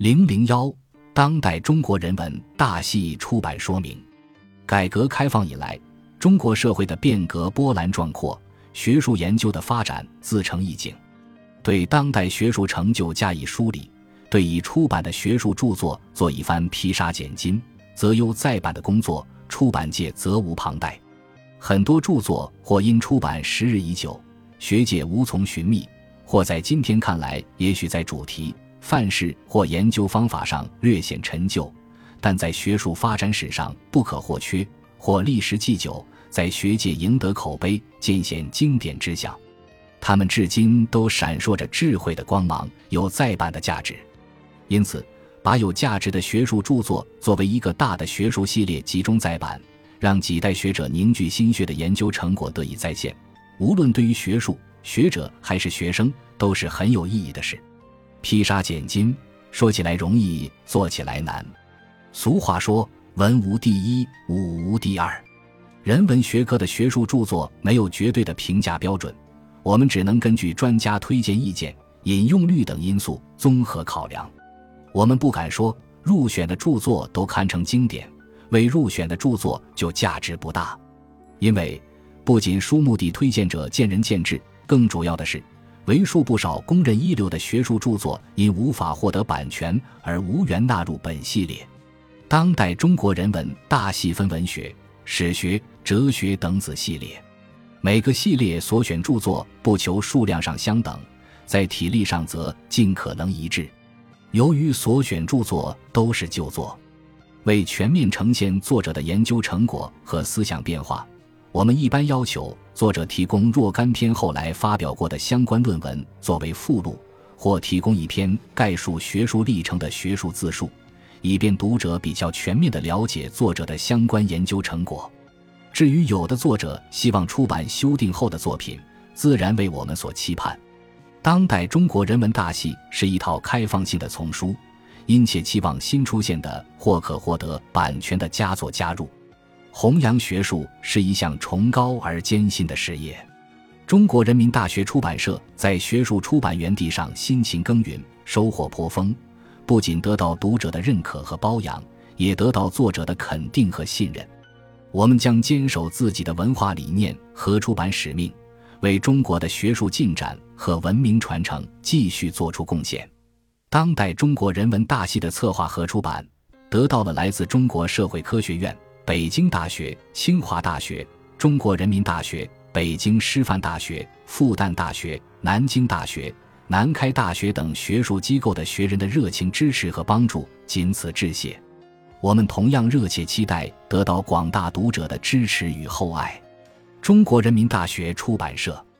001当代中国人文大系出版说明。改革开放以来，中国社会的变革波澜壮阔，学术研究的发展自成一景。对当代学术成就加以梳理，对已出版的学术著作做一番披沙拣金，择优再版的工作，出版界责无旁贷。很多著作或因出版时日已久，学界无从寻觅，或在今天看来也许在主题、范式或研究方法上略显陈旧，但在学术发展史上不可或缺，或历时既久，在学界赢得口碑，渐显经典之象。他们至今都闪烁着智慧的光芒，有再版的价值。因此，把有价值的学术著作作为一个大的学术系列集中再版，让几代学者凝聚心血的研究成果得以再现，无论对于学术、学者还是学生，都是很有意义的事。披沙拣金，说起来容易，做起来难。俗话说，文无第一，武无第二。人文学科的学术著作没有绝对的评价标准，我们只能根据专家推荐意见、引用率等因素综合考量。我们不敢说入选的著作都堪称经典，未入选的著作就价值不大。因为不仅书目的推荐者见仁见智，更主要的是为数不少公认一流的学术著作因无法获得版权而无缘纳入本系列。当代中国人文大细分文学、史学、哲学等子系列，每个系列所选著作不求数量上相等，在体例上则尽可能一致。由于所选著作都是旧作，为全面呈现作者的研究成果和思想变化，我们一般要求作者提供若干篇后来发表过的相关论文作为附录，或提供一篇概述学术历程的学术自述，以便读者比较全面地了解作者的相关研究成果。至于有的作者希望出版修订后的作品，自然为我们所期盼。当代中国人文大系是一套开放性的丛书，殷切期望新出现的或可获得版权的佳作加入。弘扬学术是一项崇高而艰辛的事业。中国人民大学出版社在学术出版园地上辛勤耕耘，收获颇丰，不仅得到读者的认可和褒扬，也得到作者的肯定和信任。我们将坚守自己的文化理念和出版使命，为中国的学术进展和文明传承继续做出贡献。当代中国人文大系的策划和出版，得到了来自中国社会科学院、北京大学、清华大学、中国人民大学、北京师范大学、复旦大学、南京大学、南开大学等学术机构的学人的热情支持和帮助，仅此致谢。我们同样热切期待得到广大读者的支持与厚爱。中国人民大学出版社。